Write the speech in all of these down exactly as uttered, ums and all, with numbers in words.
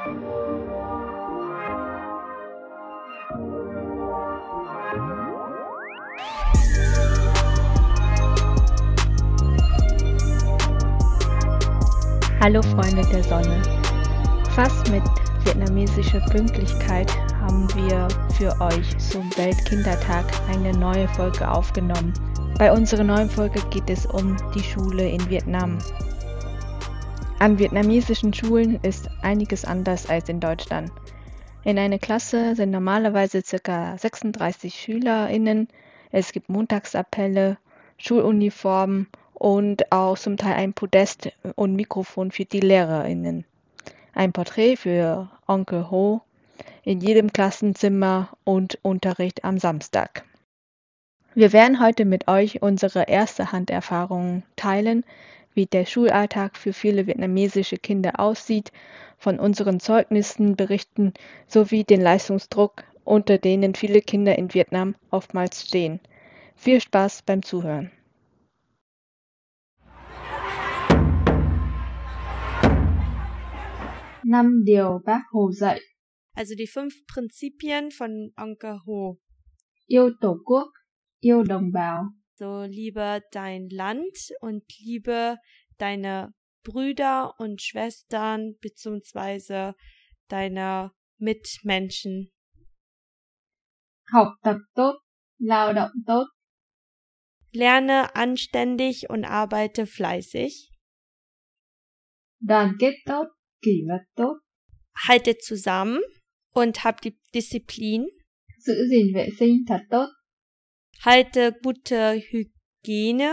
Hallo Freunde der Sonne. Fast mit vietnamesischer Pünktlichkeit haben wir für euch zum Weltkindertag eine neue Folge aufgenommen. Bei unserer neuen Folge geht es um die Schule in Vietnam. An vietnamesischen Schulen ist einiges anders als in Deutschland. In einer Klasse sind normalerweise ca. sechsunddreißig SchülerInnen, es gibt Montagsappelle, Schuluniformen und auch zum Teil ein Podest und Mikrofon für die LehrerInnen. Ein Porträt für Onkel Ho in jedem Klassenzimmer und Unterricht am Samstag. Wir werden heute mit euch unsere erste Handerfahrungen teilen, wie der Schulalltag für viele vietnamesische Kinder aussieht, von unseren Zeugnissen berichten, sowie den Leistungsdruck, unter denen viele Kinder in Vietnam oftmals stehen. Viel Spaß beim Zuhören. Năm điều bác Hồ dạy. Also die fünf Prinzipien von Onkel Ho. Yêu Tổ quốc, yêu đồng bào. So, liebe dein Land und liebe deine Brüder und Schwestern beziehungsweise deine Mitmenschen. Học tập tốt, lao động tốt. Lerne anständig und arbeite fleißig. Đoàn kết tốt, kỷ luật tốt. Halte zusammen und hab die Disziplin. Giữ gìn vệ sinh thật tốt. Halte gute Hygiene.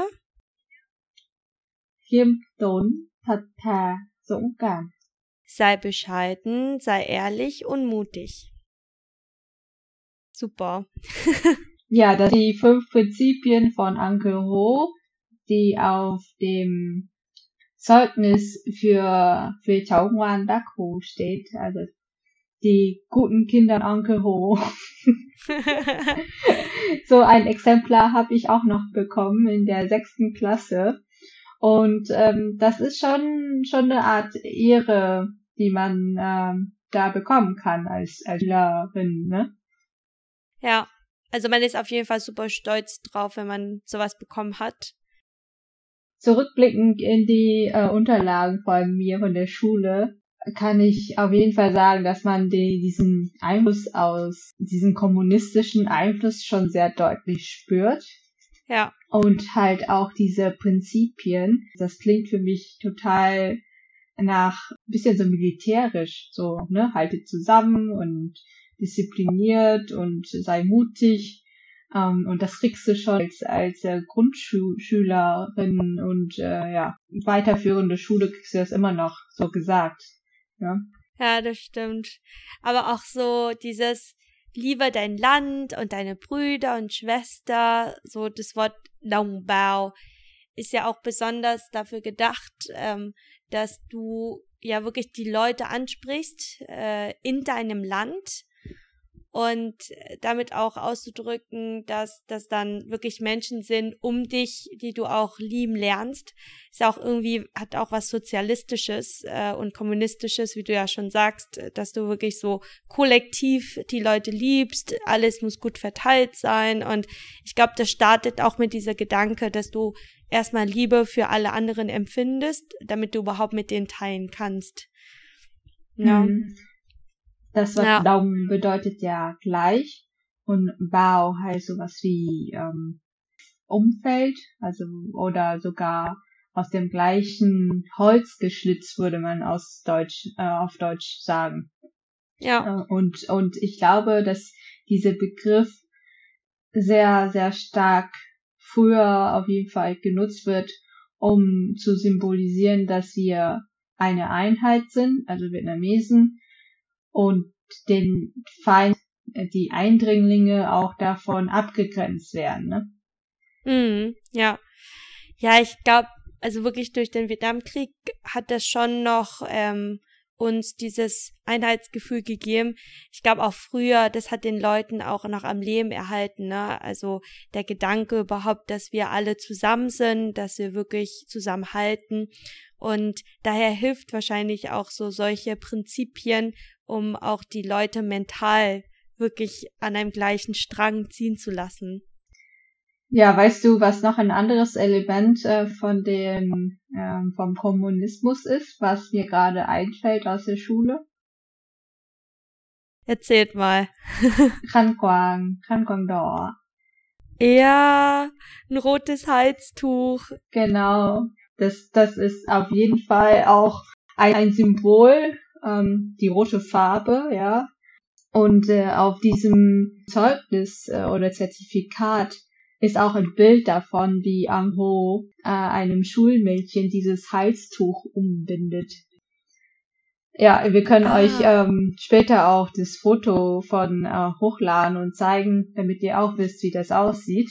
Khiêm tốn, thật thà, dũng cảm. Sei bescheiden, sei ehrlich und mutig. Super. Ja, das sind die fünf Prinzipien von Onkel Ho, die auf dem Zeugnis für, für Cháu Ngoan Bác Hồ steht, also die guten Kinder Onkel Ho. So ein Exemplar habe ich auch noch bekommen in der sechsten Klasse. Und ähm, das ist schon schon eine Art Ehre, die man ähm, da bekommen kann als, als Schülerin, ne? Ja, also man ist auf jeden Fall super stolz drauf, wenn man sowas bekommen hat. Zurückblickend in die äh, Unterlagen von mir, von der Schule, kann ich auf jeden Fall sagen, dass man die, diesen Einfluss aus, diesen kommunistischen Einfluss schon sehr deutlich spürt. Ja. Und halt auch diese Prinzipien, das klingt für mich total nach, ein bisschen so militärisch, so, ne, haltet zusammen und diszipliniert und sei mutig. Um, und das kriegst du schon als, als äh, Grundschülerin und äh, ja, weiterführende Schule kriegst du das immer noch so gesagt. Ja, ja, das stimmt. Aber auch so dieses liebe dein Land und deine Brüder und Schwester, so das Wort Long Bao ist ja auch besonders dafür gedacht, ähm, dass du ja wirklich die Leute ansprichst äh, in deinem Land. Und damit auch auszudrücken, dass das dann wirklich Menschen sind um dich, die du auch lieben lernst. Ist ja auch irgendwie, hat auch was Sozialistisches äh, und Kommunistisches, wie du ja schon sagst, dass du wirklich so kollektiv die Leute liebst, alles muss gut verteilt sein. Und ich glaube, das startet auch mit dieser Gedanke, dass du erstmal Liebe für alle anderen empfindest, damit du überhaupt mit denen teilen kannst. Ja. Mhm. Das Wort ja. Daumen bedeutet ja gleich und Bao heißt sowas wie ähm, Umfeld, also oder sogar aus dem gleichen Holz geschlitzt, würde man aus Deutsch äh, auf Deutsch sagen. Ja. Äh, und und ich glaube, dass dieser Begriff sehr sehr stark früher auf jeden Fall genutzt wird, um zu symbolisieren, dass wir eine Einheit sind, also Vietnamesen. Und den Feind, die Eindringlinge auch davon abgegrenzt werden, ne? Mm, ja. Ja, ich glaube, also wirklich durch den Vietnamkrieg hat das schon noch ähm, uns dieses Einheitsgefühl gegeben. Ich glaube auch früher, das hat den Leuten auch noch am Leben erhalten, ne? Also der Gedanke überhaupt, dass wir alle zusammen sind, dass wir wirklich zusammenhalten. Und daher hilft wahrscheinlich auch so solche Prinzipien, um auch die Leute mental wirklich an einem gleichen Strang ziehen zu lassen. Ja, weißt du, was noch ein anderes Element äh, von dem ähm, vom Kommunismus ist, was mir gerade einfällt aus der Schule? Erzählt mal. Khăn quàng, khăn quàng đỏ. Ja, ein rotes Halstuch. Genau, das das ist auf jeden Fall auch ein, ein Symbol, ähm, die rote Farbe, ja. Und äh, auf diesem Zeugnis äh, oder Zertifikat ist auch ein Bild davon, wie Ang Ho äh, einem Schulmädchen dieses Halstuch umbindet. Ja, wir können ah. euch ähm, später auch das Foto von äh, hochladen und zeigen, damit ihr auch wisst, wie das aussieht.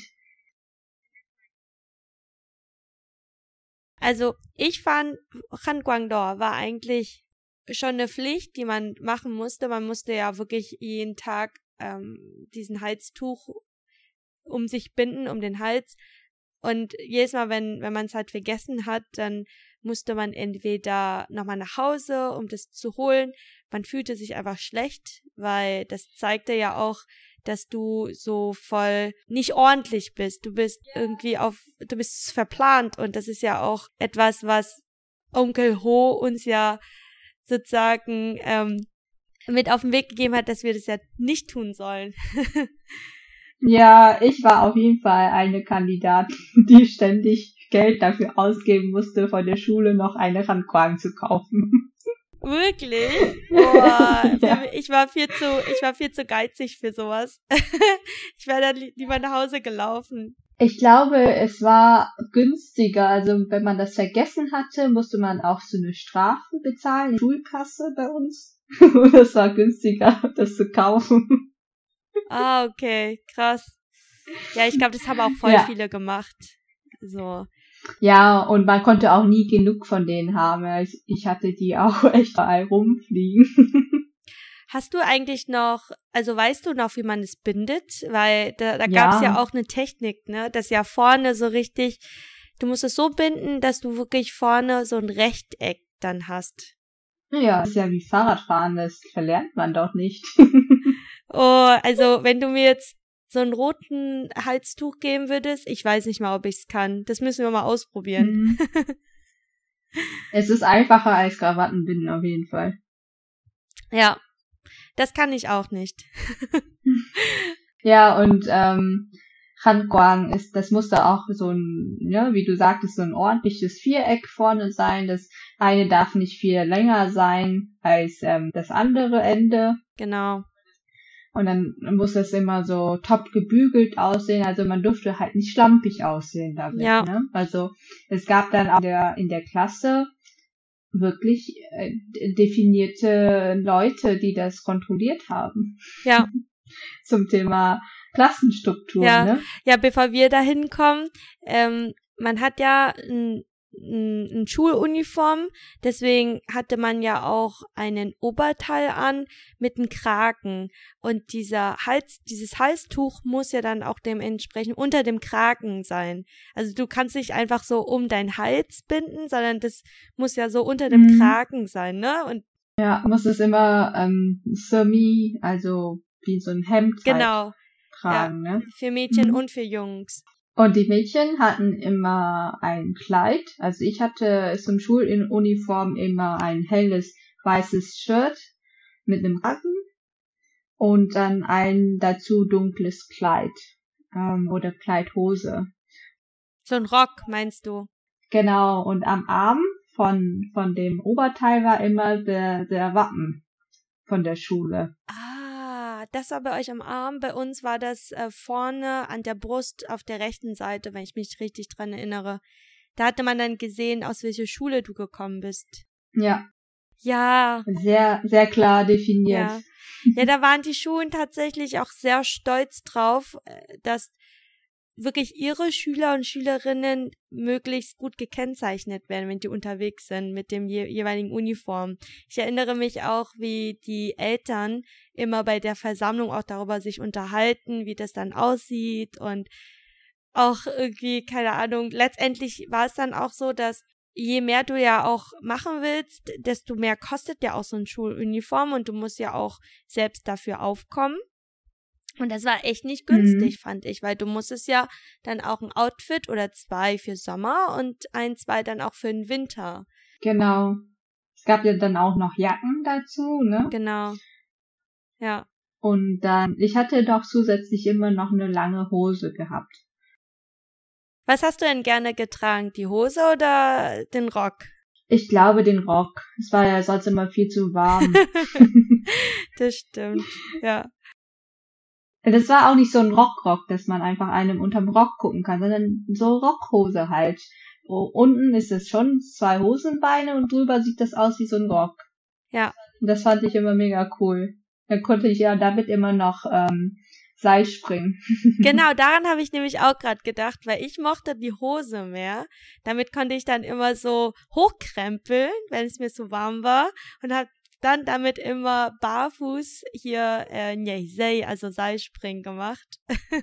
Also ich fand, Khăn quàng đỏ war eigentlich schon eine Pflicht, die man machen musste. Man musste ja wirklich jeden Tag ähm, diesen Halstuch um sich binden, um den Hals. Und jedes Mal, wenn wenn man es halt vergessen hat, dann musste man entweder nochmal nach Hause, um das zu holen. Man fühlte sich einfach schlecht, weil das zeigte ja auch, dass du so voll nicht ordentlich bist. Du bist irgendwie auf, du bist verplant. Und das ist ja auch etwas, was Onkel Ho uns ja sozusagen ähm, mit auf den Weg gegeben hat, dass wir das ja nicht tun sollen. Ja, ich war auf jeden Fall eine Kandidatin, die ständig Geld dafür ausgeben musste, von der Schule noch eine Khăn quàng zu kaufen. Wirklich? Boah, ja. ich war viel zu, ich war viel zu geizig für sowas. Ich wäre dann lieber nach Hause gelaufen. Ich glaube, es war günstiger. Also wenn man das vergessen hatte, musste man auch so eine Strafe bezahlen, die Schulkasse bei uns. Und es war günstiger, das zu kaufen. Ah, okay, krass. Ja, ich glaube, das haben auch voll ja. viele gemacht. So. Ja, und man konnte auch nie genug von denen haben. Ich, ich hatte die auch echt überall rumfliegen. Hast du eigentlich noch, also weißt du noch, wie man es bindet? Weil da, da gab es ja. ja auch eine Technik, ne? Das ja vorne so richtig, du musst es so binden, dass du wirklich vorne so ein Rechteck dann hast. Ja, das ist ja wie Fahrradfahren, das verlernt man doch nicht. Oh, also wenn du mir jetzt so einen roten Halstuch geben würdest, ich weiß nicht mal, ob ich es kann. Das müssen wir mal ausprobieren. Mhm. Es ist einfacher als Krawattenbinden auf jeden Fall. Ja, das kann ich auch nicht. Ja, und ähm, Khăn quàng ist, das muss da auch so ein, ja, wie du sagtest, so ein ordentliches Viereck vorne sein. Das eine darf nicht viel länger sein als ähm, das andere Ende. Genau. Und dann muss das immer so top gebügelt aussehen. Also man durfte halt nicht schlampig aussehen damit. Ja. Ne? Also es gab dann auch in der, in der Klasse wirklich äh, definierte Leute, die das kontrolliert haben. Ja. Zum Thema Klassenstruktur. Ja, ne? Ja, bevor wir da hinkommen, ähm, man hat ja ein eine Schuluniform, deswegen hatte man ja auch einen Oberteil an mit einem Kragen und dieser Hals, dieses Halstuch muss ja dann auch dementsprechend unter dem Kragen sein. Also du kannst nicht einfach so um deinen Hals binden, sondern das muss ja so unter dem mhm. Kragen sein, ne? Und ja, muss es immer ähm, semi, also wie so ein Hemd genau. tragen, ja, ne? Für Mädchen mhm. und für Jungs. Und die Mädchen hatten immer ein Kleid. Also ich hatte zum Schuluniform immer ein helles weißes Shirt mit einem Kragen und dann ein dazu dunkles Kleid ähm, oder Kleidhose. So ein Rock, meinst du? Genau. Und am Arm von von dem Oberteil war immer der der Wappen von der Schule. Ah. Das war bei euch am Arm, bei uns war das äh, vorne an der Brust auf der rechten Seite, wenn ich mich richtig dran erinnere. Da hatte man dann gesehen, aus welcher Schule du gekommen bist. Ja. Ja. Sehr, sehr klar definiert. Ja, ja da waren die Schulen tatsächlich auch sehr stolz drauf, dass wirklich ihre Schüler und Schülerinnen möglichst gut gekennzeichnet werden, wenn die unterwegs sind mit dem je- jeweiligen Uniform. Ich erinnere mich auch, wie die Eltern immer bei der Versammlung auch darüber sich unterhalten, wie das dann aussieht und auch irgendwie, keine Ahnung, letztendlich war es dann auch so, dass je mehr du ja auch machen willst, desto mehr kostet ja auch so eine Schuluniform und du musst ja auch selbst dafür aufkommen. Und das war echt nicht günstig, mhm. fand ich, weil du musstest ja dann auch ein Outfit oder zwei für Sommer und ein, zwei dann auch für den Winter. Genau. Es gab ja dann auch noch Jacken dazu, ne? Genau. Ja. Und dann, ich hatte doch zusätzlich immer noch eine lange Hose gehabt. Was hast du denn gerne getragen? Die Hose oder den Rock? Ich glaube den Rock. Es war ja sonst immer viel zu warm. Das stimmt, ja. Das war auch nicht so ein Rockrock, dass man einfach einem unterm Rock gucken kann, sondern so Rockhose halt. Oh, unten ist es schon zwei Hosenbeine und drüber sieht das aus wie so ein Rock. Ja. Und das fand ich immer mega cool. Dann konnte ich ja damit immer noch ähm, Seil springen. Genau, daran habe ich nämlich auch gerade gedacht, weil ich mochte die Hose mehr. Damit konnte ich dann immer so hochkrempeln, wenn es mir zu warm war und habe dann damit immer barfuß hier äh, Nyehsei, also Seilspringen gemacht.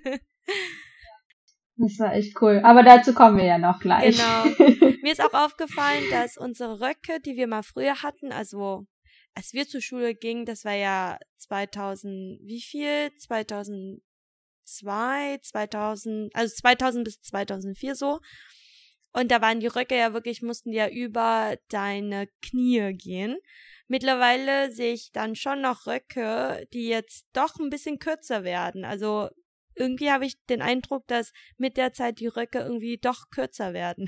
Das war echt cool. Aber dazu kommen wir ja noch gleich. Genau. Mir ist auch aufgefallen, dass unsere Röcke, die wir mal früher hatten, also als wir zur Schule gingen, das war ja zweitausend, wie viel? zweitausendzwei, zweitausend, also zweitausend bis zweitausendvier so. Und da waren die Röcke ja wirklich, mussten ja über deine Knie gehen. Mittlerweile sehe ich dann schon noch Röcke, die jetzt doch ein bisschen kürzer werden. Also irgendwie habe ich den Eindruck, dass mit der Zeit die Röcke irgendwie doch kürzer werden.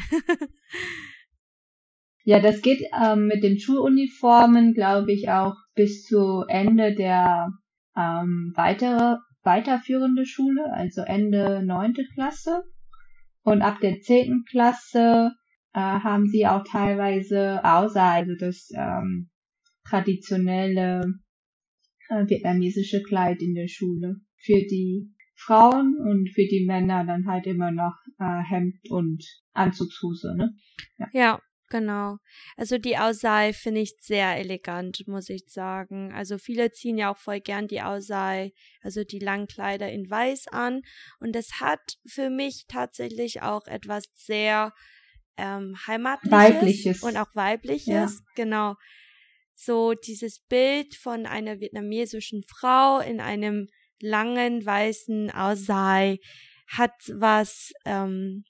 Ja, das geht ähm, mit den Schuluniformen, glaube ich, auch bis zu Ende der ähm, weitere, weiterführende Schule, also Ende neunte Klasse. Und ab der zehnten Klasse äh, haben sie auch teilweise außer also das ähm, traditionelle äh, vietnamesische Kleid in der Schule. Für die Frauen und für die Männer dann halt immer noch äh, Hemd und Anzugshose, ne? Ja. Ja. Genau. Also die Ausei finde ich sehr elegant, muss ich sagen. Also viele ziehen ja auch voll gern die Ausei, also die Langkleider in Weiß an. Und das hat für mich tatsächlich auch etwas sehr ähm, Heimatliches Weibliches. Und auch Weibliches. Ja. Genau. So dieses Bild von einer vietnamesischen Frau in einem langen weißen Ausei hat was, ähm,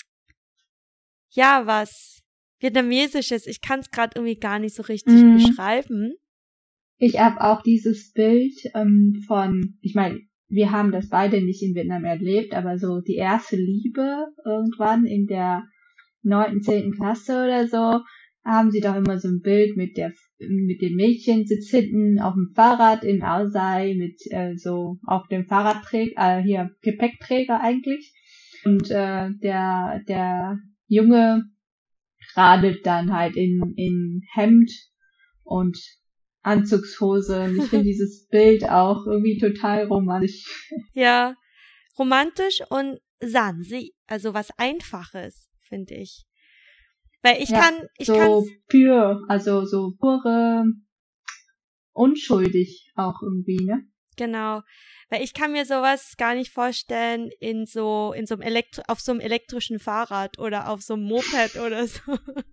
ja, was Vietnamesisches, ich kann es gerade irgendwie gar nicht so richtig mm. beschreiben. Ich habe auch dieses Bild ähm, von, ich meine, wir haben das beide nicht in Vietnam erlebt, aber so die erste Liebe irgendwann in der neunten, zehnten Klasse oder so, haben sie doch immer so ein Bild mit der mit dem Mädchen sitzt hinten auf dem Fahrrad in Ausei mit äh, so auf dem Fahrradträger, äh, hier Gepäckträger eigentlich. Und äh, der der Junge radelt dann halt in, in Hemd und Anzugshose. Und ich finde dieses Bild auch irgendwie total romantisch. Ja, romantisch und sansi, also was Einfaches, finde ich. Weil ich ja, kann, ich kann so pure, also so pure, unschuldig auch irgendwie, ne? Genau. Weil ich kann mir sowas gar nicht vorstellen in so, in so einem Elektro, auf so einem elektrischen Fahrrad oder auf so einem Moped oder so.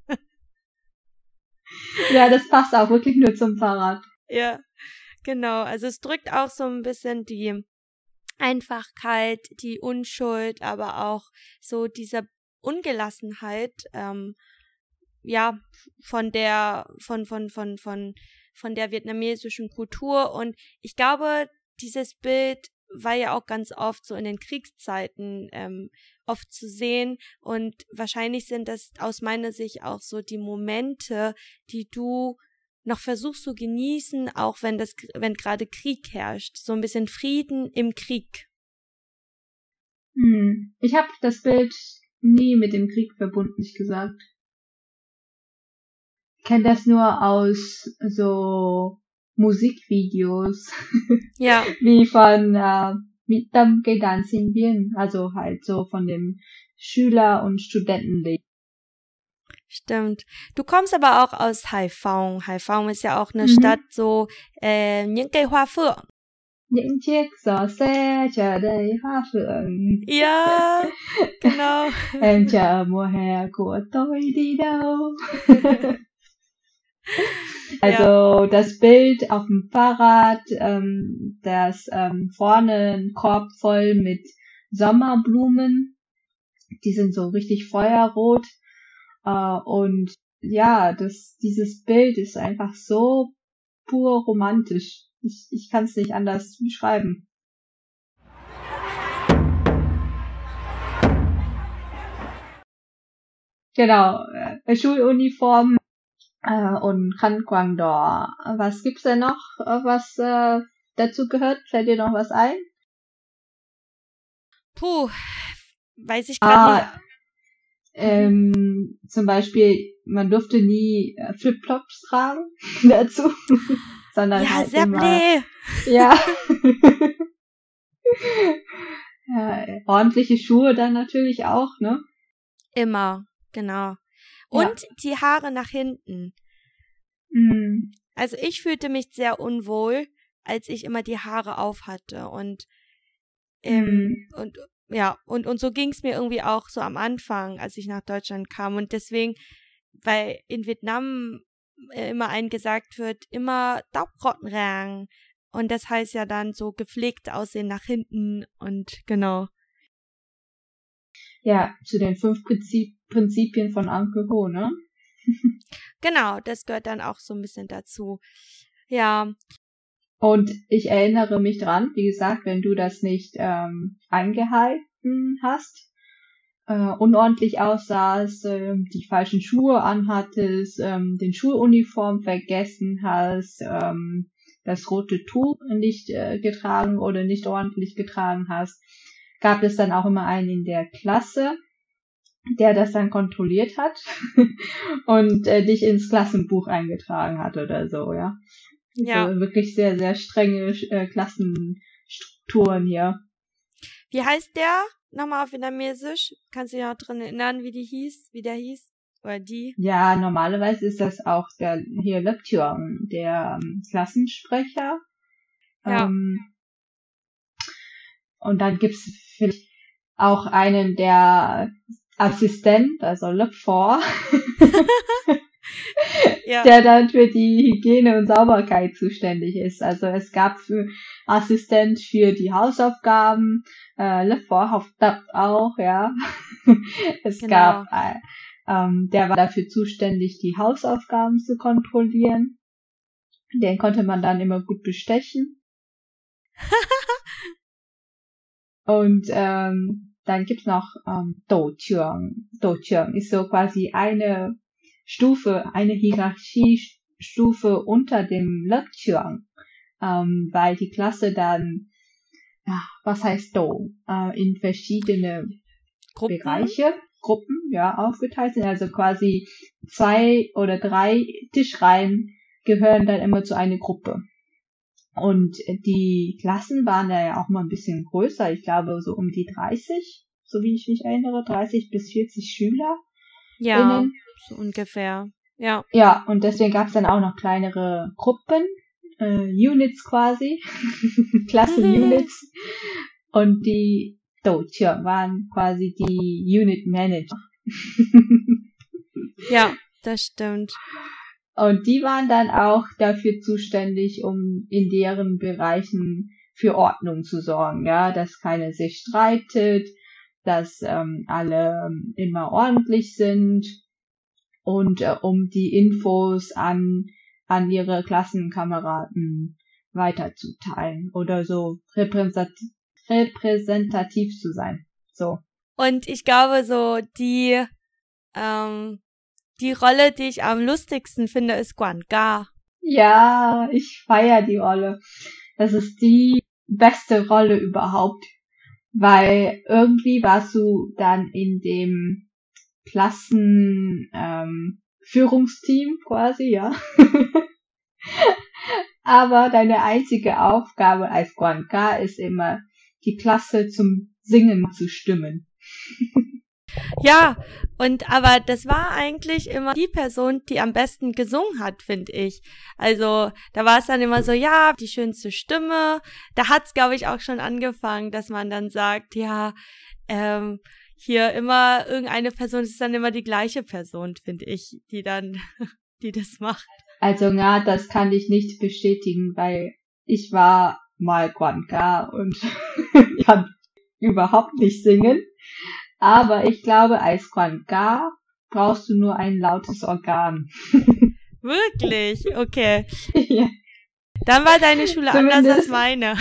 Ja, das passt auch wirklich nur zum Fahrrad. Ja, genau. Also es drückt auch so ein bisschen die Einfachkeit, die Unschuld, aber auch so diese Ungelassenheit, ähm, ja, von der, von, von, von, von, von der vietnamesischen Kultur. Und ich glaube, dieses Bild war ja auch ganz oft so in den Kriegszeiten ähm, oft zu sehen und wahrscheinlich sind das aus meiner Sicht auch so die Momente, die du noch versuchst zu genießen, auch wenn das, wenn gerade Krieg herrscht, so ein bisschen Frieden im Krieg. Hm. Ich habe das Bild nie mit dem Krieg verbunden, nicht gesagt. Ich kenne das nur aus so Musikvideos, ja, wie von äh, Mỹ Tâm cây đàn sinh viên, also halt so von dem Schüler- und Studentenleben. Stimmt. Du kommst aber auch aus Haiphong. Haiphong ist ja auch eine Mhm. Stadt so, äh, những cây hoa phượng. Những chiếc gió xe chờ đầy hoa phượng. Ja, genau. Em chờ mùa hè của tôi đi đâu. Also das Bild auf dem Fahrrad, ähm, das ähm, vorne ein Korb voll mit Sommerblumen, die sind so richtig feuerrot. Äh, und ja, das, dieses Bild ist einfach so pur romantisch. Ich, ich kann es nicht anders beschreiben. Genau, äh, Schuluniform äh, und Khăn Quàng Đỏ. Was gibt's denn noch, was äh, dazu gehört? Fällt dir noch was ein? Puh, weiß ich gerade nicht. Ähm, zum Beispiel, man durfte nie äh, Flipflops tragen dazu, sondern Ja, halt sehr immer, blöd. ja, ja, ordentliche Schuhe dann natürlich auch, ne? Immer, genau. Und Ja. die Haare nach hinten. Mm. Also ich fühlte mich sehr unwohl, als ich immer die Haare auf hatte und ähm, Mm. und ja, und, und so ging es mir irgendwie auch so am Anfang, als ich nach Deutschland kam. Und deswegen, weil in Vietnam immer einem gesagt wird, immer Daubrottenrang. Und das heißt ja dann so gepflegt aussehen nach hinten und genau. Ja, zu den fünf Prinzip Prinzipien von Uncle Ho, ne? Genau, das gehört dann auch so ein bisschen dazu. Ja. Und ich erinnere mich dran, wie gesagt, wenn du das nicht ähm, eingehalten hast, äh, unordentlich aussahst, äh, die falschen Schuhe anhattest, ähm, den Schuluniform vergessen hast, ähm, das rote Tuch nicht äh, getragen oder nicht ordentlich getragen hast, gab es dann auch immer einen in der Klasse, der das dann kontrolliert hat und äh, dich ins Klassenbuch eingetragen hat oder so, ja. Ja. Also wirklich sehr, sehr strenge äh, Klassenstrukturen hier. Wie heißt der nochmal auf Vietnamesisch? Kannst du dich noch dran erinnern, wie die hieß, wie der hieß? Oder die? Ja, normalerweise ist das auch der hier Lớp trưởng, der ähm, Klassensprecher. Ja. Ähm, und dann gibt's vielleicht auch einen, der Assistent, also Lớp phó. Ja. Der dann für die Hygiene und Sauberkeit zuständig ist. Also es gab für Assistent für die Hausaufgaben, äh, Lớp phó học tập auch, ja. Es Genau. gab, äh, ähm, der war dafür zuständig, die Hausaufgaben zu kontrollieren. Den konnte man dann immer gut bestechen. Und ähm, dann gibt's noch ähm, Tổ trưởng. Tổ trưởng ist so quasi eine Stufe, eine Hierarchiestufe unter dem Lớp trưởng, ähm, weil die Klasse dann, ja, was heißt Do, äh, in verschiedene Gruppen? Bereiche, Gruppen, ja, aufgeteilt sind. Also quasi zwei oder drei Tischreihen gehören dann immer zu einer Gruppe. Und die Klassen waren da ja auch mal ein bisschen größer. Ich glaube so um die dreißig, so wie ich mich erinnere, dreißig bis vierzig Schüler. Ja, innen. so ungefähr. Ja. Ja, und deswegen gab es dann auch noch kleinere Gruppen, äh, Units quasi, Klassen-Units. Und die Tổ trưởng waren quasi die Unit Manager. Ja, das stimmt. Und die waren dann auch dafür zuständig, um in deren Bereichen für Ordnung zu sorgen, ja, dass keiner sich streitet, dass ähm, alle immer ordentlich sind und äh, um die Infos an an ihre Klassenkameraden weiterzuteilen oder so repräsentativ, repräsentativ zu sein. So. Und ich glaube so die ähm, die Rolle, die ich am lustigsten finde, ist Quan Ga. Ja, ich feiere die Rolle. Das ist die beste Rolle überhaupt, weil irgendwie warst du dann in dem Klassen ähm, Führungsteam quasi, ja. Aber deine einzige Aufgabe als Quan Ga ist immer, die Klasse zum Singen zu stimmen. Ja, und aber das war eigentlich immer die Person, die am besten gesungen hat, finde ich. Also da war es dann immer so, ja, die schönste Stimme. Da hat's, glaube ich, auch schon angefangen, dass man dann sagt, ja, ähm, hier immer irgendeine Person, es ist dann immer die gleiche Person, finde ich, die dann, die das macht. Also ja, das kann ich nicht bestätigen, weil ich war mal Guanca und kann überhaupt nicht singen. Aber ich glaube, als Guanca brauchst du nur ein lautes Organ. Wirklich? Okay. Ja. Dann war deine Schule Zumindest, anders als meine.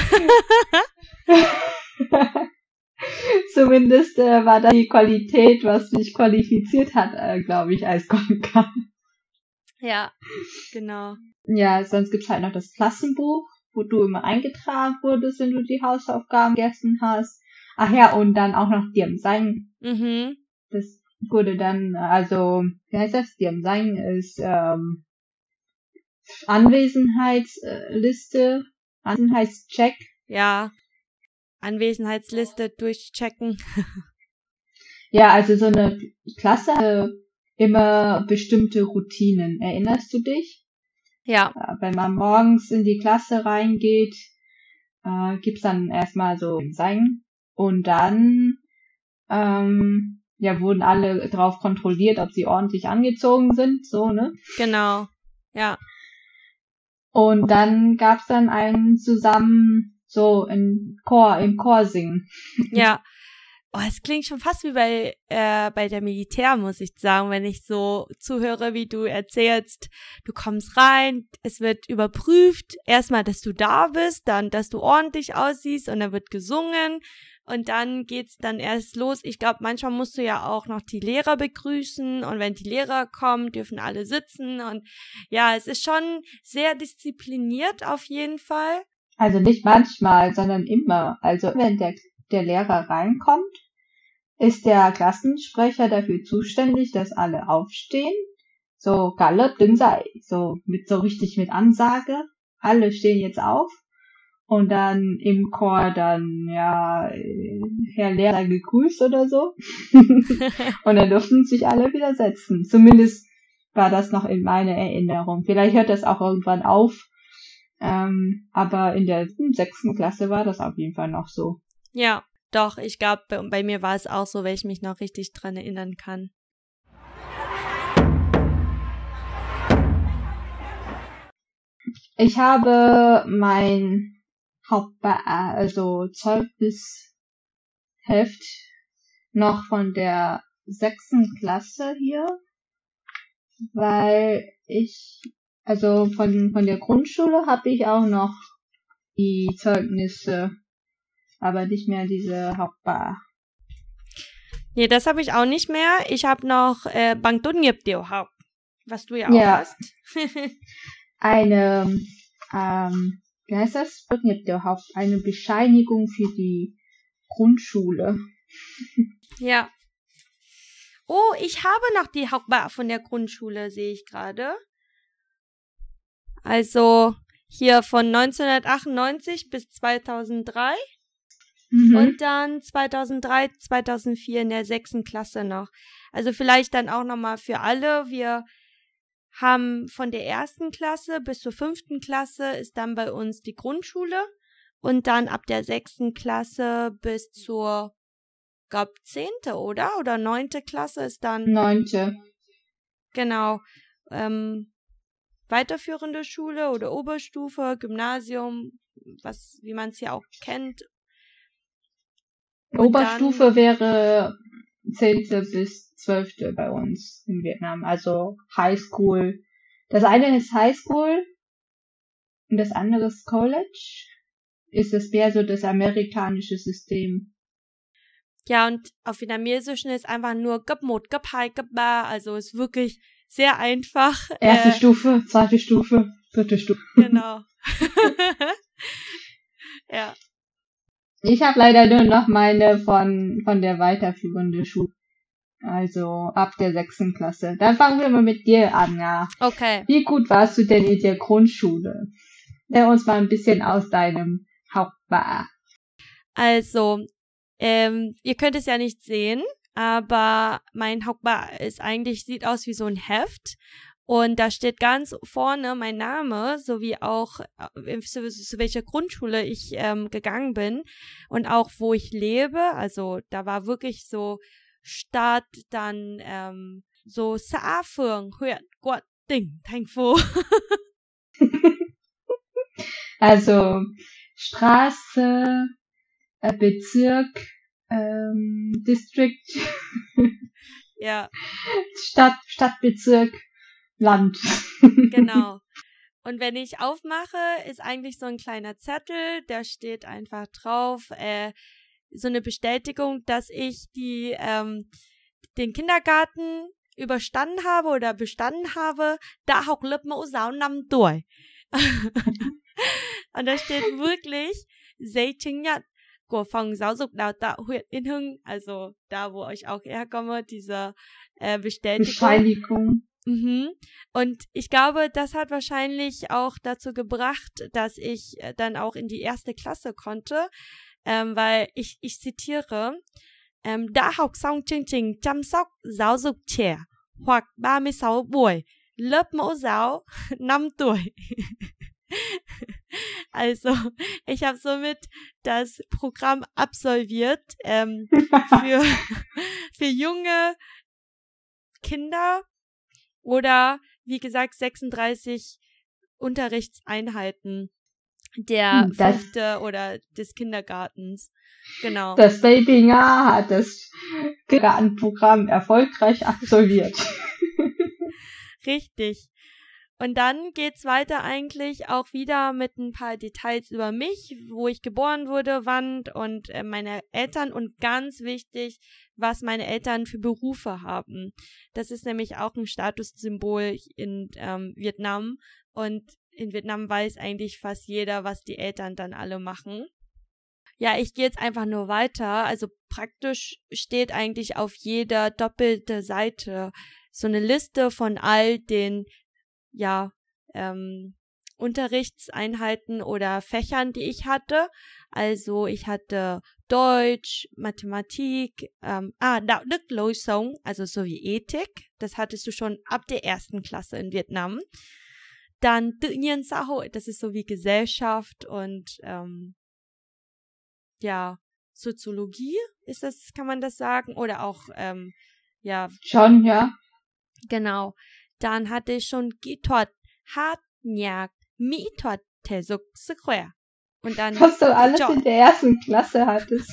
Zumindest äh, war da die Qualität, was mich qualifiziert hat, äh, glaube ich, als Guanca. Ja, genau. Ja, sonst gibt's halt noch das Klassenbuch, wo du immer eingetragen wurdest, wenn du die Hausaufgaben gegessen hast. Ach ja, und dann auch noch Diem Sein. Mhm. Das wurde dann, also, wie heißt das? Diem Sein ist ähm, Anwesenheitsliste, Anwesenheitscheck. Ja, Anwesenheitsliste durchchecken. Ja, also so eine Klasse hatte immer bestimmte Routinen. Erinnerst du dich? Ja. Wenn man morgens in die Klasse reingeht, äh, gibt's dann erstmal so Sein. Und dann ähm, ja, wurden alle drauf kontrolliert, ob sie ordentlich angezogen sind, so, ne? Genau, ja. Und dann gab's dann einen zusammen so im Chor, im Chor singen. Ja. Oh, es klingt schon fast wie bei äh, bei der Militär, muss ich sagen, wenn ich so zuhöre, wie du erzählst, du kommst rein, es wird überprüft, erstmal, dass du da bist, dann, dass du ordentlich aussiehst und dann wird gesungen und dann geht's dann erst los. Ich glaube, manchmal musst du ja auch noch die Lehrer begrüßen und wenn die Lehrer kommen, dürfen alle sitzen und ja, es ist schon sehr diszipliniert auf jeden Fall. Also nicht manchmal, sondern immer. Also wenn der der Lehrer reinkommt, ist der Klassensprecher dafür zuständig, dass alle aufstehen. So, Galle, Dünsei, so mit so richtig mit Ansage. Alle stehen jetzt auf. Und dann im Chor dann, ja, Herr Lehrer gegrüßt oder so. Und dann durften sich alle wieder setzen. Zumindest war das noch in meiner Erinnerung. Vielleicht hört das auch irgendwann auf. Ähm, aber in der sechsten Klasse war das auf jeden Fall noch so. Ja, doch, ich glaube, bei, bei mir war es auch so, weil ich mich noch richtig dran erinnern kann. Ich habe mein Haupt, also Zeugnisheft noch von der sechsten Klasse hier, weil ich, also von, von der Grundschule habe ich auch noch die Zeugnisse, aber nicht mehr diese Hauptbar. Nee, das habe ich auch nicht mehr. Ich habe noch äh, Bangtonyepdeo Haupt, was du ja auch ja. hast. Eine, ähm, wie heißt das? Haupt, eine Bescheinigung für die Grundschule. Ja. Oh, ich habe noch die Hauptbar von der Grundschule, sehe ich gerade. Also hier von neunzehnhundertachtundneunzig bis zweitausenddrei. Mhm. Und dann zweitausenddrei, zweitausendvier in der sechsten Klasse noch. Also vielleicht dann auch nochmal für alle. Wir haben von der ersten Klasse bis zur fünften Klasse ist dann bei uns die Grundschule. Und dann ab der sechsten Klasse bis zur, glaub, zehnte, oder? Oder neunte Klasse ist dann... Neunte. Genau. Ähm, weiterführende Schule oder Oberstufe, Gymnasium, was, wie man es hier auch kennt. Und Oberstufe dann, wäre zehnte bis zwölfte bei uns in Vietnam, also Highschool. Das eine ist Highschool und das andere ist College. Ist das mehr so das amerikanische System? Ja, und auf Vietnamesischen ist einfach nur Gấp một, Gấp hai, Gấp ba, also ist wirklich sehr einfach. Erste äh, Stufe, zweite Stufe, vierte Stufe. Genau. Ja. Ich habe leider nur noch meine von von der weiterführenden Schule. Also ab der sechsten Klasse. Dann fangen wir mal mit dir an, ja. Okay. Wie gut warst du denn in der Grundschule? Erzähl uns mal ein bisschen aus deinem Hauptbar. Also, ähm, ihr könnt es ja nicht sehen, aber mein Hokba ist eigentlich, sieht aus wie so ein Heft. Und da steht ganz vorne mein Name, sowie auch, äh, zu, zu welcher Grundschule ich ähm, gegangen bin und auch, wo ich lebe. Also da war wirklich so Stadt, dann ähm, so xã phường, huyện, quận, tỉnh, thành phố. Also Straße, äh, Bezirk, ähm, District, Ja. Stadt, Stadtbezirk, Land. Genau. Und wenn ich aufmache, ist eigentlich so ein kleiner Zettel, da steht einfach drauf, äh, so eine Bestätigung, dass ich die ähm, den Kindergarten überstanden habe oder bestanden habe. Da học lớp mẫu giáo năm tuổi. Und da steht wirklich giấy chứng nhận của Phòng Giáo dục Đào tạo huyện Yên Hưng, also da, wo ich auch herkomme, diese äh, Bestätigung. Bescheinigung. Mhm. Und ich glaube, das hat wahrscheinlich auch dazu gebracht, dass ich dann auch in die erste Klasse konnte, ähm, weil ich, ich zitiere, ähm, đã học xong chương trình chăm sóc giáo dục trẻ hoặc ba mươi sáu buổi, lớp mẫu giáo năm tuổi. Also, ich habe somit das Programm absolviert ähm, für, für junge Kinder oder, wie gesagt, sechsunddreißig Unterrichtseinheiten der Das- fünfte oder des Kindergartens. Genau. Das Babyinga hat das Kindergartenprogramm erfolgreich absolviert. Richtig. Und dann geht's weiter eigentlich auch wieder mit ein paar Details über mich, wo ich geboren wurde, wann und äh, meine Eltern und ganz wichtig, was meine Eltern für Berufe haben. Das ist nämlich auch ein Statussymbol in ähm, Vietnam und in Vietnam weiß eigentlich fast jeder, was die Eltern dann alle machen. Ja, ich gehe jetzt einfach nur weiter. Also praktisch steht eigentlich auf jeder doppelten Seite so eine Liste von all den ja, ähm, Unterrichtseinheiten oder Fächern, die ich hatte. Also ich hatte Deutsch, Mathematik, ähm, ah, đạo đức lối sống, also so wie Ethik. Das hattest du schon ab der ersten Klasse in Vietnam. Dann tự nhiên xã hội, das ist so wie Gesellschaft und ähm, ja, Soziologie ist das, kann man das sagen? Oder auch, ähm, ja, Schon, ja. genau. Dann hatte ich schon kỹ thuật, hát nhạc, mỹ thuật, thể dục, sức khỏe. Und dann Was du alles Job. in der ersten Klasse hattest.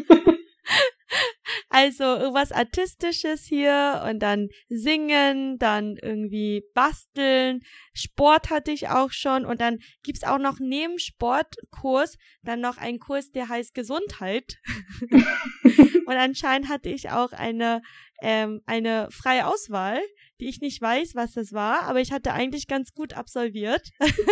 Also irgendwas Artistisches hier und dann singen, dann irgendwie basteln, Sport hatte ich auch schon und dann gibt's auch noch neben Sportkurs dann noch einen Kurs, der heißt Gesundheit. Und anscheinend hatte ich auch eine ähm, eine freie Auswahl, die ich nicht weiß, was das war, aber ich hatte eigentlich ganz gut absolviert.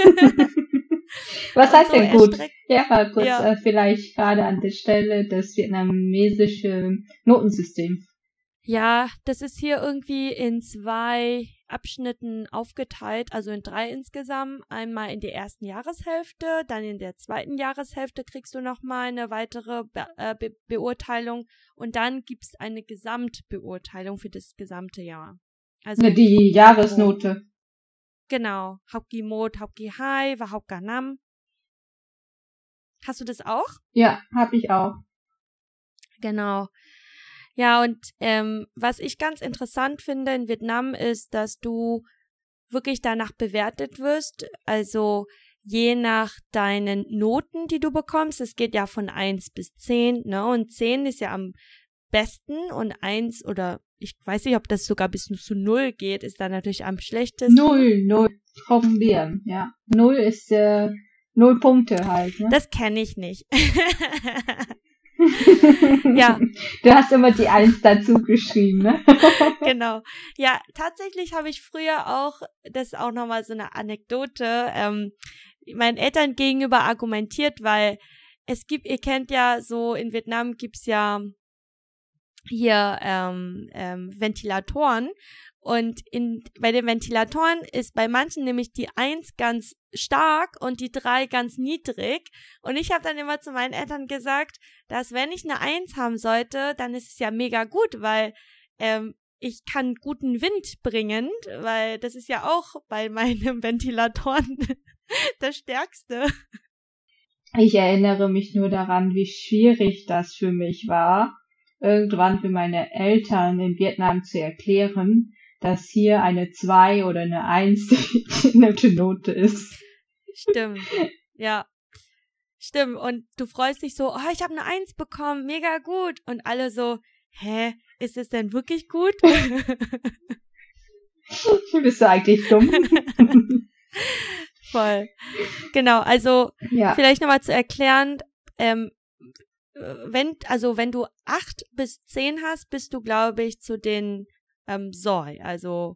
Was Und heißt so denn gut? erstreckt- Ja, mal kurz Ja. äh, vielleicht gerade an der Stelle das vietnamesische Notensystem. Ja, das ist hier irgendwie in zwei Abschnitten aufgeteilt, also in drei insgesamt. Einmal in der ersten Jahreshälfte, dann in der zweiten Jahreshälfte kriegst du nochmal eine weitere Be äh, Be Beurteilung und dann gibt's eine Gesamtbeurteilung für das gesamte Jahr. Also Ne, die Jahresnote. genau, học kỳ một, học kỳ hai và học cả năm. Hast du das auch? Ja, hab ich auch. Genau. Ja, und ähm, was ich ganz interessant finde in Vietnam ist, dass du wirklich danach bewertet wirst, also je nach deinen Noten, die du bekommst. Es geht ja von eins bis zehn, ne? Und zehn ist ja am besten und eins oder ich weiß nicht, ob das sogar bis zu null geht, ist dann natürlich am schlechtesten. Null, null. Probieren, ja. Null ist äh, null Punkte halt, ne? Das kenne ich nicht. Ja. Du hast immer die Eins dazu geschrieben, ne? Genau. Ja, tatsächlich habe ich früher auch, das ist auch nochmal so eine Anekdote, ähm, meinen Eltern gegenüber argumentiert, weil es gibt, ihr kennt ja so, in Vietnam gibt's ja hier ähm, ähm, Ventilatoren. Und in, bei den Ventilatoren ist bei manchen nämlich die eins ganz stark und die drei ganz niedrig. Und ich habe dann immer zu meinen Eltern gesagt, dass wenn ich eine eins haben sollte, dann ist es ja mega gut, weil ähm, ich kann guten Wind bringen, weil das ist ja auch bei meinen Ventilatoren das Stärkste. Ich erinnere mich nur daran, wie schwierig das für mich war, irgendwann für meine Eltern in Vietnam zu erklären, dass hier eine zwei oder eine eins die nette Note ist. Stimmt, ja. Stimmt, und du freust dich so, oh, ich habe eine eins bekommen, mega gut. Und alle so, hä, ist es denn wirklich gut? Bist du eigentlich dumm? Voll. Genau, also ja. Vielleicht nochmal zu erklären, ähm, wenn, also wenn du acht bis zehn hast, bist du, glaube ich, zu den ähm, Soy, also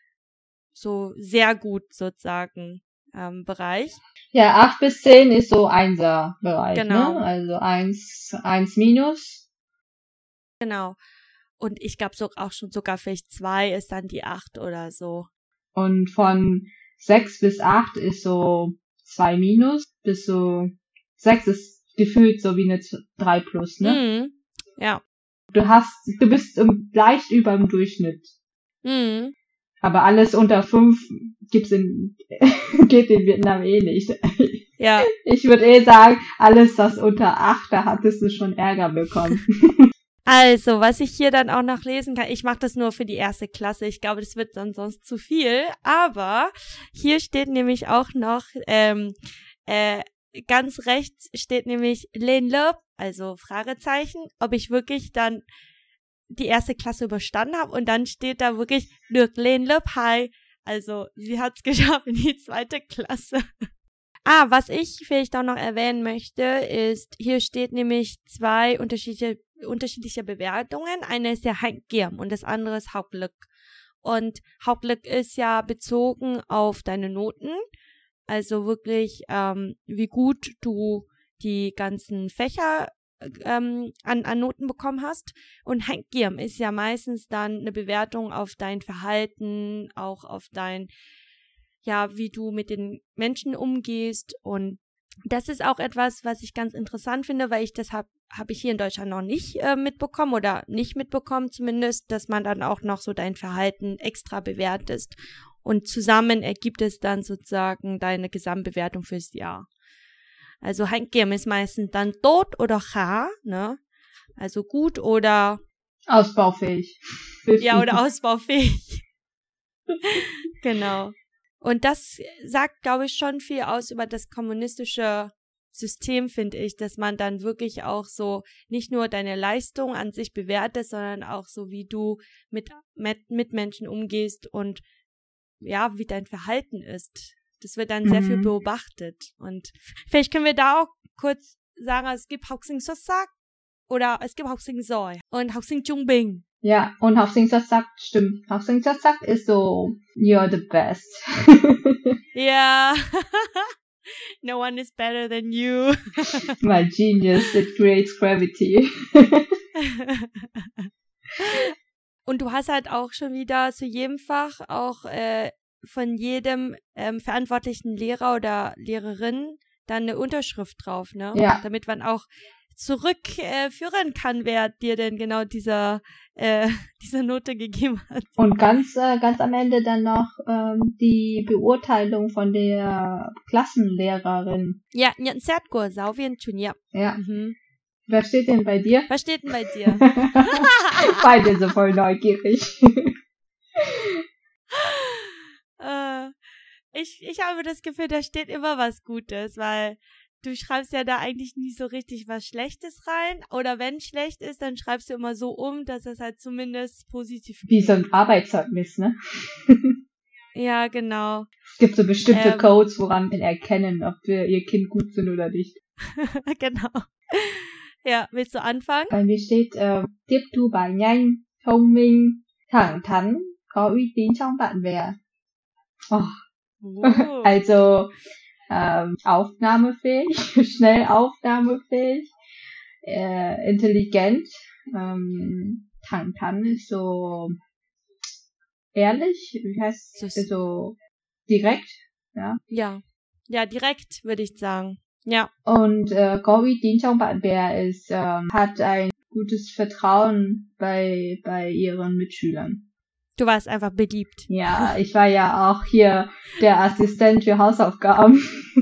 so sehr gut sozusagen ähm, Bereich. Ja, acht bis zehn ist so Einser-Bereich, Genau. ne? Also eins, eins minus. Genau. Und ich glaube so auch schon sogar vielleicht zwei ist dann die acht oder so. Und von sechs bis acht ist so zwei minus, bis so sechs ist gefühlt so wie eine drei plus, ne? Mhm. Ja. Du hast, du bist um, leicht über dem Durchschnitt. Mhm. Aber alles unter fünf gibt's in, geht in Vietnam eh nicht. Ja. Ich würde eh sagen, alles, was unter acht, da hattest du schon Ärger bekommen. Also, was ich hier dann auch noch lesen kann, ich mache das nur für die erste Klasse, ich glaube, das wird dann sonst zu viel, aber hier steht nämlich auch noch, ähm, äh, ganz rechts steht nämlich Lên lớp, also Fragezeichen, ob ich wirklich dann die erste Klasse überstanden habe und dann steht da wirklich được lên lớp hai, also sie hat's geschafft in die zweite Klasse. Ah, was ich vielleicht auch noch erwähnen möchte, ist, hier steht nämlich zwei unterschiedliche, unterschiedliche Bewertungen. Eine ist ja Hạnh Kiểm und das andere ist Học Lực. Und Học Lực ist ja bezogen auf deine Noten, also wirklich, ähm, wie gut du die ganzen Fächer ähm, an, an Noten bekommen hast. Und Hạnh Kiểm ist ja meistens dann eine Bewertung auf dein Verhalten, auch auf dein, ja, wie du mit den Menschen umgehst. Und das ist auch etwas, was ich ganz interessant finde, weil ich das habe habe ich hier in Deutschland noch nicht äh, mitbekommen oder nicht mitbekommen zumindest, dass man dann auch noch so dein Verhalten extra bewertet. Und zusammen ergibt es dann sozusagen deine Gesamtbewertung fürs Jahr. Also Hạnh Kiểm ist meistens dann tốt oder khá, ne? Also gut oder ausbaufähig. Ja, oder ausbaufähig. Genau. Und das sagt, glaube ich, schon viel aus über das kommunistische System, finde ich, dass man dann wirklich auch so nicht nur deine Leistung an sich bewertet, sondern auch so, wie du mit, mit Mitmenschen umgehst und ja, wie dein Verhalten ist. Das wird dann mhm. sehr viel beobachtet. Und vielleicht können wir da auch kurz sagen, es gibt Học Sinh Xuất Sắc oder es gibt Học Sinh Giỏi und Học Sinh Trung Bình. Ja, und Học Sinh Xuất Sắc stimmt. Học Sinh Xuất Sắc ist so, you're the best. Ja. No one is better than you. My genius, it creates gravity. Und du hast halt auch schon wieder zu jedem Fach auch äh, von jedem ähm, verantwortlichen Lehrer oder Lehrerin dann eine Unterschrift drauf, ne? Ja. Damit man auch zurückführen äh, kann, wer dir denn genau dieser äh, diese Note gegeben hat. Und ganz äh, ganz am Ende dann noch ähm, die Beurteilung von der Klassenlehrerin. Ja, nhận xét của giáo viên chủ nhiệm. Ja. Mhm. Was steht denn bei dir? Was steht denn bei dir? Beide so voll neugierig. äh, ich, ich habe das Gefühl, da steht immer was Gutes, weil du schreibst ja da eigentlich nie so richtig was Schlechtes rein. Oder wenn schlecht ist, dann schreibst du immer so um, dass es halt zumindest positiv ist. Wie so ein Arbeitszeugnis, ne? Ja, genau. Es gibt so bestimmte ähm, Codes, woran wir erkennen, ob wir ihr Kind gut sind oder nicht. Genau. Ja, willst du anfangen? Bei mir steht, äh, tiếp thu bài nhanh, thông minh, thẳng thắn, có uy tín trong bạn bè. Oh. Oh. Also, ähm, aufnahmefähig, schnell aufnahmefähig, äh, intelligent, ähm, Tan Tan ist so ehrlich, wie heißt So- es, so direkt, ja. Ja. Ja, direkt, würde ich sagen. Ja. Und äh, Gowi Din Chong Ban Bär ist, ähm, hat ein gutes Vertrauen bei, bei ihren Mitschülern. Du warst einfach beliebt. Ja, ich war ja auch hier der Assistent für Hausaufgaben.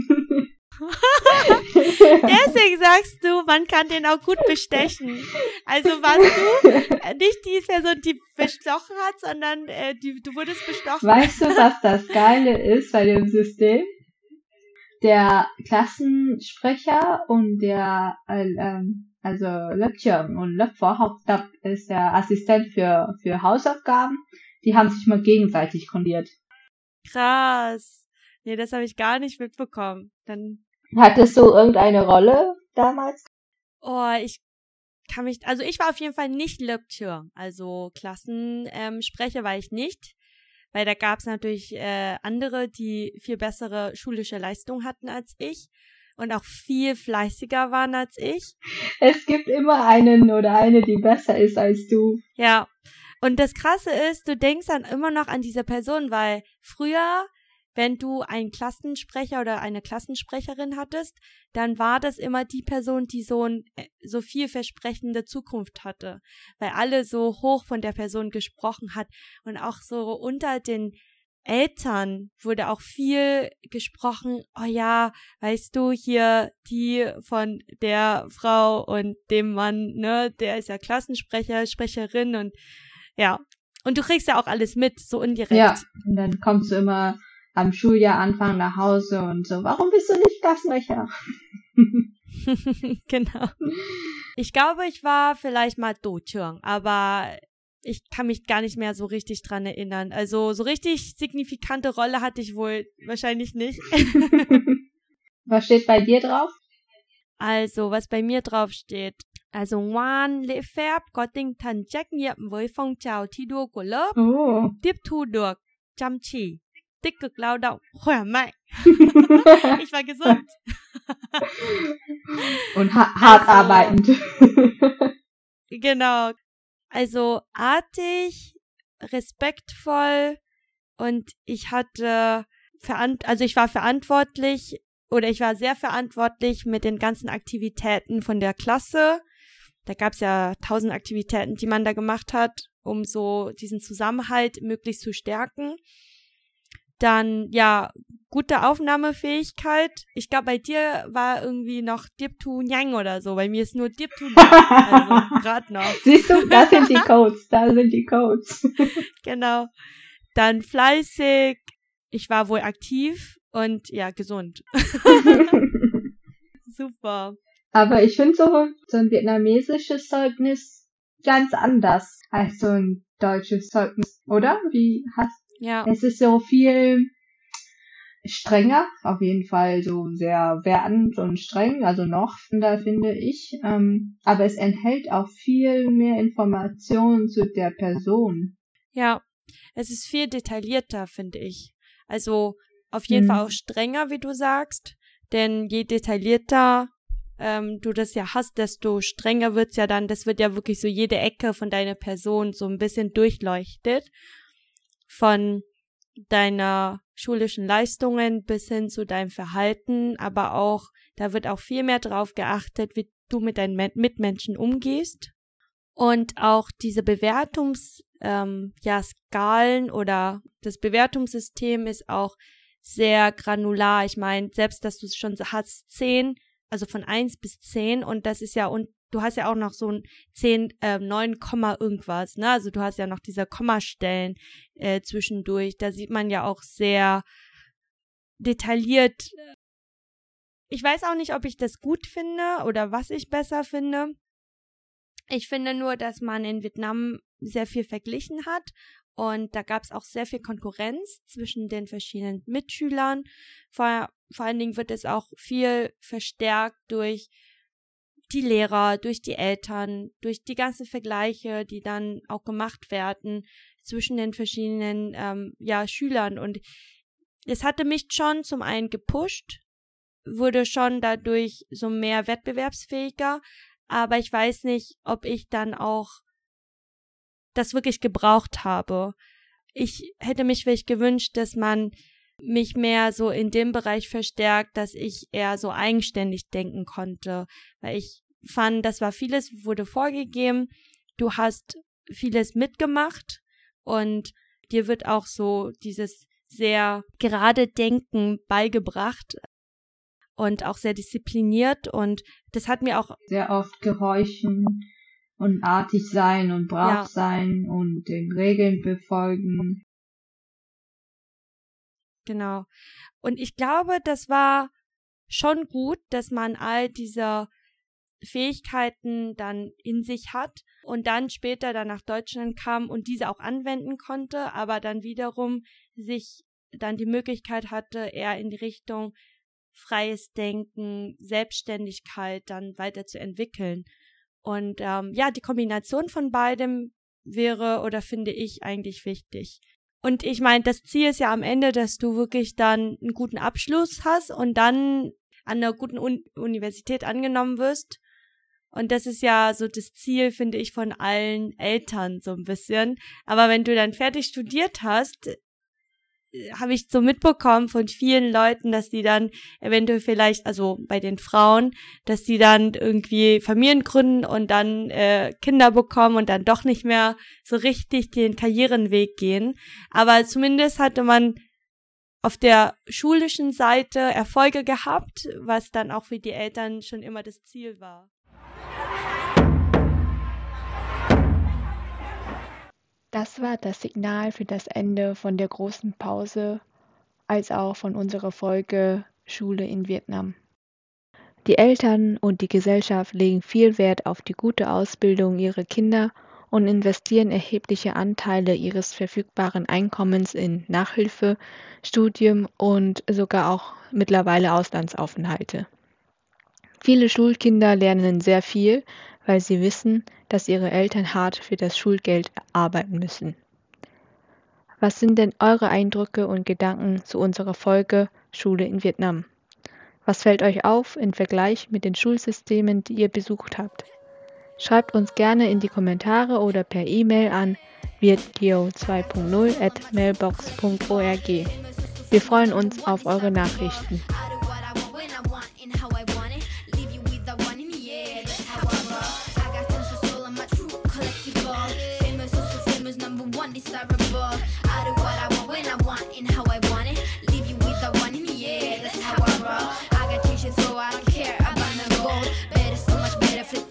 Deswegen sagst du, man kann den auch gut bestechen. Also warst du äh, nicht die Person, die bestochen hat, sondern äh, die, du wurdest bestochen. Weißt du, was das Geile ist bei dem System? Der Klassensprecher und der, äh, ähm, also Löpchen und Löpferhaupttab ist der Assistent für, für Hausaufgaben. Die haben sich mal gegenseitig grundiert. Krass. Nee, das habe ich gar nicht mitbekommen. Dann, Hattest du irgendeine Rolle damals? oh, ich kann mich, also ich war auf jeden Fall nicht Lecture, also Klassensprecher ähm, Sprecher war ich nicht, weil da gab es natürlich äh, andere, die viel bessere schulische Leistung hatten als ich und auch viel fleißiger waren als ich. Es gibt immer einen oder eine, die besser ist als du. Ja, und das Krasse ist, du denkst dann immer noch an diese Person, weil früher, wenn du einen Klassensprecher oder eine Klassensprecherin hattest, dann war das immer die Person, die so ein so vielversprechende Zukunft hatte, weil alle so hoch von der Person gesprochen hat und auch so unter den Eltern wurde auch viel gesprochen, oh ja, weißt du, hier die von der Frau und dem Mann, ne, der ist ja Klassensprecher, Sprecherin und ja, und du kriegst ja auch alles mit, so indirekt. Ja, und dann kommst du immer am Schuljahranfang nach Hause und so, warum bist du nicht Klassensprecher? Genau. Ich glaube, ich war vielleicht mal Docheng, aber ich kann mich gar nicht mehr so richtig dran erinnern. Also so richtig signifikante Rolle hatte ich wohl wahrscheinlich nicht. Was steht bei dir drauf? Also, was bei mir drauf steht. Also, ngoan, lễ phép, có tinh thần trách nhiệm với phong trào thi đua của lớp, Oh. tiếp thu được, chăm chỉ, tích cực lao động, khỏe mạnh. Ich war gesund. Und ha hart Also- arbeitend. Genau. Also artig, respektvoll und ich hatte verant also ich war verantwortlich oder ich war sehr verantwortlich mit den ganzen Aktivitäten von der Klasse. Da gab's ja tausend Aktivitäten, die man da gemacht hat, um so diesen Zusammenhalt möglichst zu stärken. Dann, ja, gute Aufnahmefähigkeit. Ich glaube, bei dir war irgendwie noch Diptu Nyang oder so. Bei mir ist nur Diptu Nyang. Also, gerade noch. Siehst du, da sind die Codes, da sind die Codes. Genau. Dann fleißig. Ich war wohl aktiv und ja, gesund. Super. Aber ich finde so, so ein vietnamesisches Zeugnis ganz anders als so ein deutsches Zeugnis, oder? Wie hast Ja. Es ist so viel strenger, auf jeden Fall so sehr wertend und streng, also noch, da finde ich. Ähm, aber es enthält auch viel mehr Informationen zu der Person. Ja. Es ist viel detaillierter, finde ich. Also auf jeden Mhm. Fall auch strenger, wie du sagst. Denn je detaillierter ähm, du das ja hast, desto strenger wird's ja dann. Das wird ja wirklich so jede Ecke von deiner Person so ein bisschen durchleuchtet. Von deiner schulischen Leistungen bis hin zu deinem Verhalten, aber auch, da wird auch viel mehr drauf geachtet, wie du mit deinen Mitmenschen umgehst. Und auch diese Bewertungs, ähm, ja, Skalen oder das Bewertungssystem ist auch sehr granular. Ich meine, selbst, dass du es schon hast, zehn, also von eins bis zehn, und das ist ja, und du hast ja auch noch so ein zehn, äh, neun Komma irgendwas, ne? Also du hast ja noch diese Kommastellen äh, zwischendurch. Da sieht man ja auch sehr detailliert. Ich weiß auch nicht, ob ich das gut finde oder was ich besser finde. Ich finde nur, dass man in Vietnam sehr viel verglichen hat und da gab es auch sehr viel Konkurrenz zwischen den verschiedenen Mitschülern. Vor, vor allen Dingen wird es auch viel verstärkt durch die Lehrer, durch die Eltern, durch die ganzen Vergleiche, die dann auch gemacht werden zwischen den verschiedenen ähm, ja, Schülern. Und es hatte mich schon zum einen gepusht, wurde schon dadurch so mehr wettbewerbsfähiger, aber ich weiß nicht, ob ich dann auch das wirklich gebraucht habe. Ich hätte mich vielleicht gewünscht, dass man mich mehr so in dem Bereich verstärkt, dass ich eher so eigenständig denken konnte, weil ich fand, das war vieles wurde vorgegeben, du hast vieles mitgemacht und dir wird auch so dieses sehr gerade Denken beigebracht und auch sehr diszipliniert und das hat mir auch sehr oft gehorchen und artig sein und brav ja. sein und den Regeln befolgen. Genau. Und ich glaube, das war schon gut, dass man all diese Fähigkeiten dann in sich hat und dann später dann nach Deutschland kam und diese auch anwenden konnte, aber dann wiederum sich dann die Möglichkeit hatte, eher in die Richtung freies Denken, Selbstständigkeit dann weiterzuentwickeln. Und ähm, ja, die Kombination von beidem wäre oder finde ich eigentlich wichtig. Und ich meine, das Ziel ist ja am Ende, dass du wirklich dann einen guten Abschluss hast und dann an einer guten Un- Universität angenommen wirst. Und das ist ja so das Ziel, finde ich, von allen Eltern so ein bisschen. Aber wenn du dann fertig studiert hast, habe ich so mitbekommen von vielen Leuten, dass die dann eventuell vielleicht, also bei den Frauen, dass die dann irgendwie Familien gründen und dann äh, Kinder bekommen und dann doch nicht mehr so richtig den Karrierenweg gehen. Aber zumindest hatte man auf der schulischen Seite Erfolge gehabt, was dann auch für die Eltern schon immer das Ziel war. Das war das Signal für das Ende von der großen Pause, als auch von unserer Folge Schule in Vietnam. Die Eltern und die Gesellschaft legen viel Wert auf die gute Ausbildung ihrer Kinder und investieren erhebliche Anteile ihres verfügbaren Einkommens in Nachhilfe, Studium und sogar auch mittlerweile Auslandsaufenthalte. Viele Schulkinder lernen sehr viel, weil sie wissen, dass ihre Eltern hart für das Schulgeld arbeiten müssen. Was sind denn eure Eindrücke und Gedanken zu unserer Folge Schule in Vietnam? Was fällt euch auf im Vergleich mit den Schulsystemen, die ihr besucht habt? Schreibt uns gerne in die Kommentare oder per E-Mail an vietgeo zwei punkt null at mailbox punkt org. Wir freuen uns auf eure Nachrichten.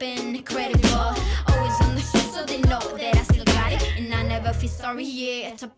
Sorry, yeah,